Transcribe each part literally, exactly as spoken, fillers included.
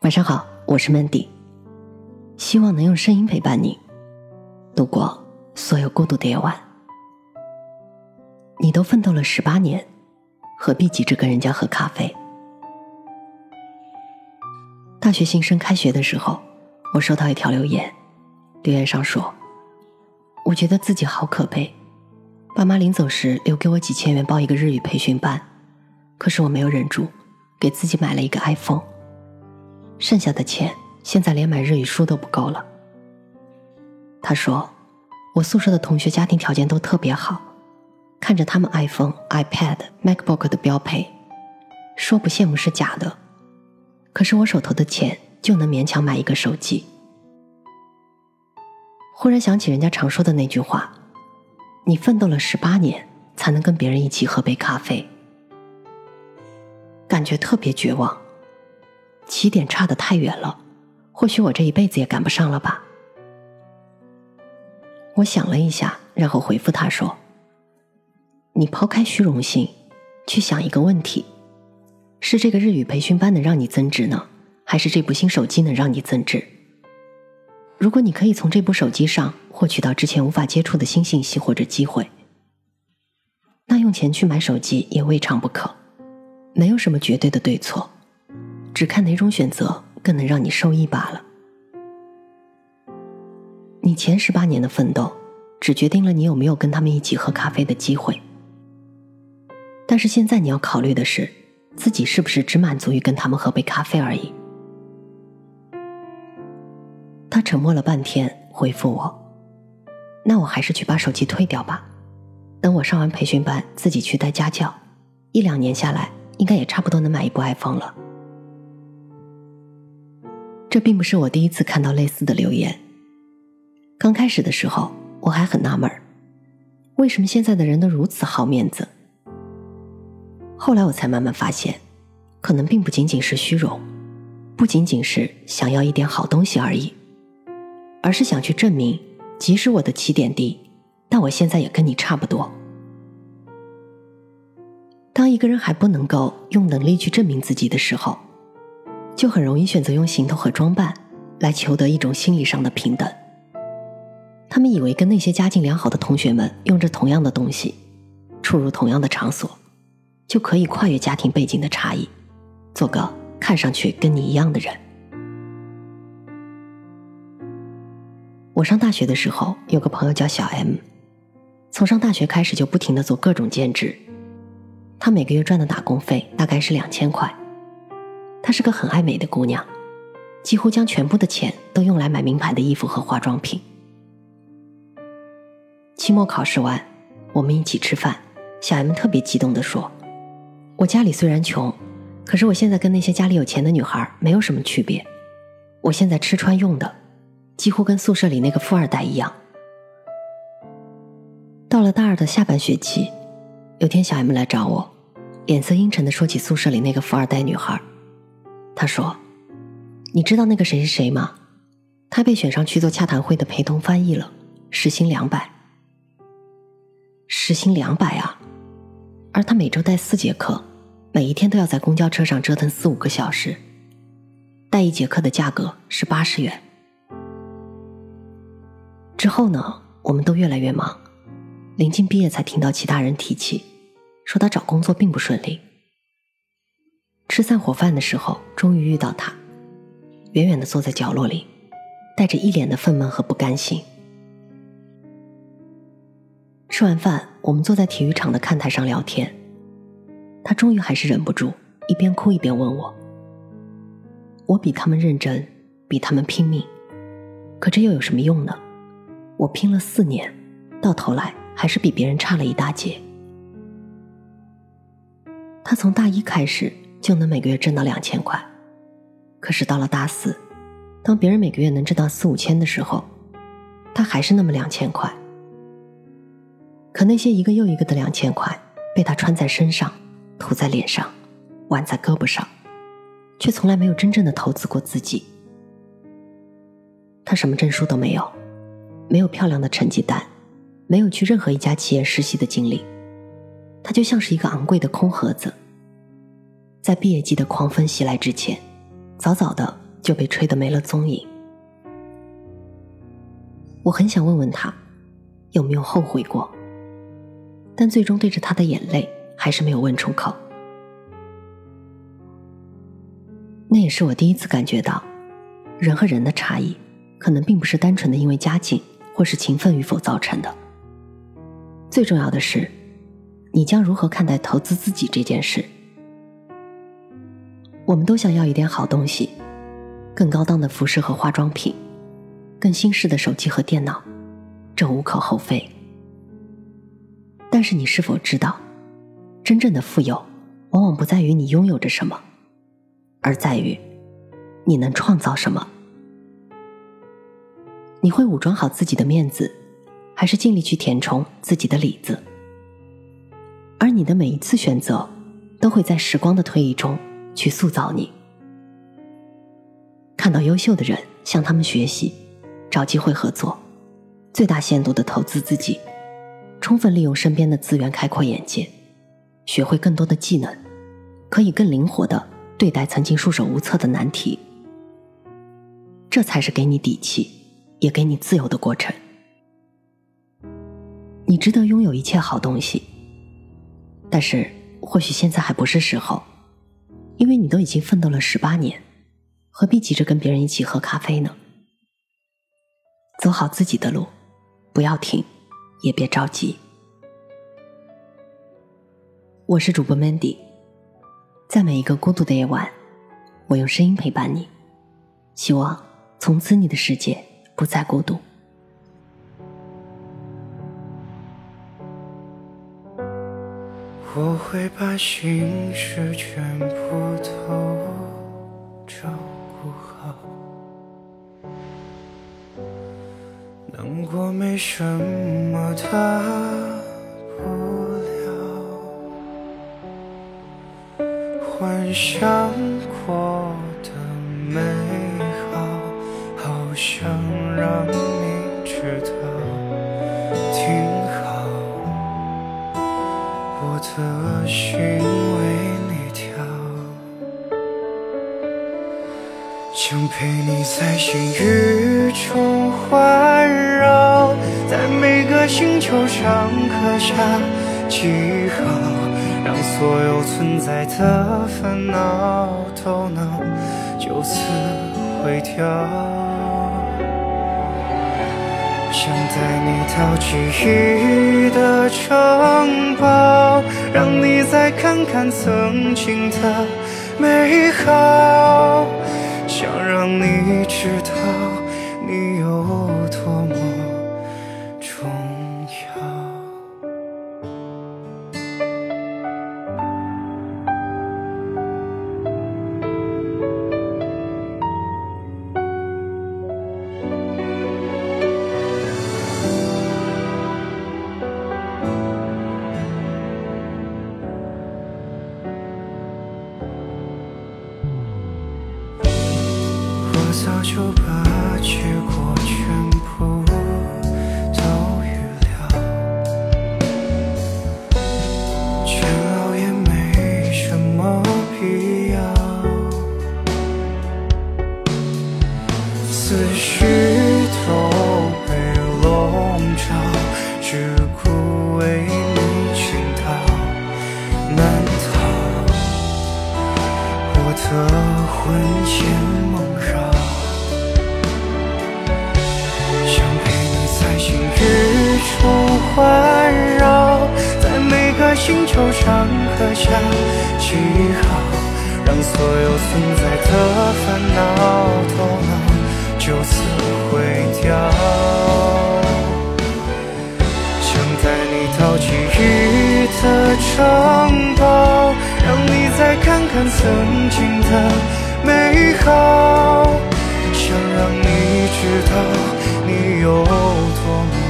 晚上好，我是 Mandy， 希望能用声音陪伴你度过所有孤独的夜晚。你都奋斗了十八年，何必急着跟人家喝咖啡？大学新生开学的时候，我收到一条留言，留言上说，我觉得自己好可悲，爸妈临走时留给我几千元报一个日语培训班，可是我没有忍住，给自己买了一个 iPhone， 剩下的钱现在连买日语书都不够了。他说，我宿舍的同学家庭条件都特别好，看着他们 iPhone、iPad、MacBook 的标配，说不羡慕是假的，可是我手头的钱就能勉强买一个手机。忽然想起人家常说的那句话，你奋斗了十八年才能跟别人一起喝杯咖啡，感觉特别绝望，起点差得太远了，或许我这一辈子也赶不上了吧。我想了一下，然后回复他说，你抛开虚荣心，去想一个问题，是这个日语培训班能让你增值呢，还是这部新手机能让你增值？如果你可以从这部手机上获取到之前无法接触的新信息或者机会，那用钱去买手机也未尝不可，没有什么绝对的对错，只看哪种选择更能让你受益罢了。你前十八年的奋斗，只决定了你有没有跟他们一起喝咖啡的机会。但是现在你要考虑的是，自己是不是只满足于跟他们喝杯咖啡而已。他沉默了半天，回复我，那我还是去把手机退掉吧，等我上完培训班自己去带家教，一两年下来应该也差不多能买一部 iPhone 了。这并不是我第一次看到类似的留言。刚开始的时候我还很纳闷，为什么现在的人都如此好面子？后来我才慢慢发现，可能并不仅仅是虚荣，不仅仅是想要一点好东西而已，而是想去证明，即使我的起点低，但我现在也跟你差不多。当一个人还不能够用能力去证明自己的时候，就很容易选择用行头和装扮来求得一种心理上的平等。他们以为跟那些家境良好的同学们用着同样的东西，出入同样的场所，就可以跨越家庭背景的差异，做个看上去跟你一样的人。我上大学的时候有个朋友叫小 M， 从上大学开始就不停地做各种兼职，她每个月赚的打工费大概是两千块。她是个很爱美的姑娘，几乎将全部的钱都用来买名牌的衣服和化妆品。期末考试完，我们一起吃饭，小 M 特别激动地说，我家里虽然穷，可是我现在跟那些家里有钱的女孩没有什么区别，我现在吃穿用的几乎跟宿舍里那个富二代一样。到了大二的下半学期，有天小 M 来找我，脸色阴沉地说起宿舍里那个富二代女孩。她说，你知道那个谁是谁吗？她被选上去做洽谈会的陪同翻译了，时薪两百。时薪两百啊！而她每周带四节课，每一天都要在公交车上折腾四五个小时，带一节课的价格是八十元。之后呢，我们都越来越忙，临近毕业才听到其他人提起，说他找工作并不顺利。吃散伙饭的时候，终于遇到他，远远地坐在角落里，带着一脸的愤懑和不甘心。吃完饭，我们坐在体育场的看台上聊天，他终于还是忍不住，一边哭一边问我，我比他们认真，比他们拼命，可这又有什么用呢？我拼了四年，到头来还是比别人差了一大截。他从大一开始就能每个月挣到两千块，可是到了大四，当别人每个月能挣到四五千的时候，他还是那么两千块。可那些一个又一个的两千块，被他穿在身上，涂在脸上，挽在胳膊上，却从来没有真正的投资过自己。他什么证书都没有，没有漂亮的成绩单，没有去任何一家企业实习的经历，他就像是一个昂贵的空盒子，在毕业季的狂风袭来之前，早早的就被吹得没了踪影。我很想问问他有没有后悔过，但最终对着他的眼泪还是没有问出口。那也是我第一次感觉到，人和人的差异可能并不是单纯的因为家境或是勤奋与否造成的。最重要的是，你将如何看待投资自己这件事。我们都想要一点好东西，更高档的服饰和化妆品，更新式的手机和电脑，这无可厚非。但是你是否知道，真正的富有往往不在于你拥有着什么，而在于你能创造什么。你会武装好自己的面子，还是尽力去填充自己的里子？而你的每一次选择都会在时光的推移中去塑造你。看到优秀的人，向他们学习，找机会合作，最大限度地投资自己，充分利用身边的资源开阔眼界，学会更多的技能，可以更灵活地对待曾经束手无策的难题。这才是给你底气，也给你自由的过程。你值得拥有一切好东西，但是或许现在还不是时候，因为你都已经奋斗了十八年，何必急着跟别人一起喝咖啡呢？走好自己的路，不要停，也别着急。我是主播 Mandy， 在每一个孤独的夜晚，我用声音陪伴你，希望从此你的世界不再孤独。 我会把心事全部都照顾好，难过没什么大不了，幻想过的美好，好想让你知道，挺好，我的心为你跳，想陪你在星宇中环绕，在每个星球上刻下记号，让所有存在的烦恼都能就此毁掉。想带你到记忆的城堡，让你再看看曾经的美好，想让你知道你有多么重要。我早就把结果全部都预料，煎熬也没什么必要，思绪都被笼罩，只顾为你倾倒，难逃我的魂牵梦绕。宇宙环绕，在每个星球上刻下记号，让所有存在的烦恼都能就此毁掉。想带你到记忆的城堡，让你再看看曾经的美好，想让你知道你有多么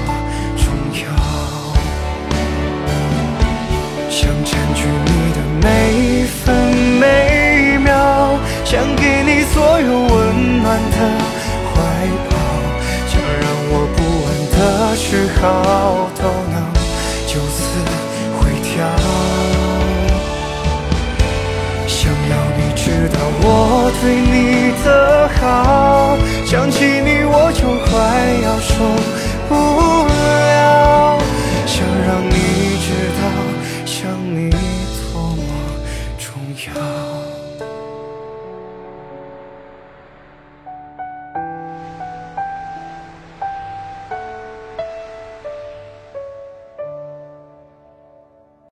占据你的每分每秒，想给你所有温暖的怀抱，想让我不安的嗜好都能就此毁掉，想要你知道我对你的好，想起你我就快要受不了，想让你知道想你多么重要。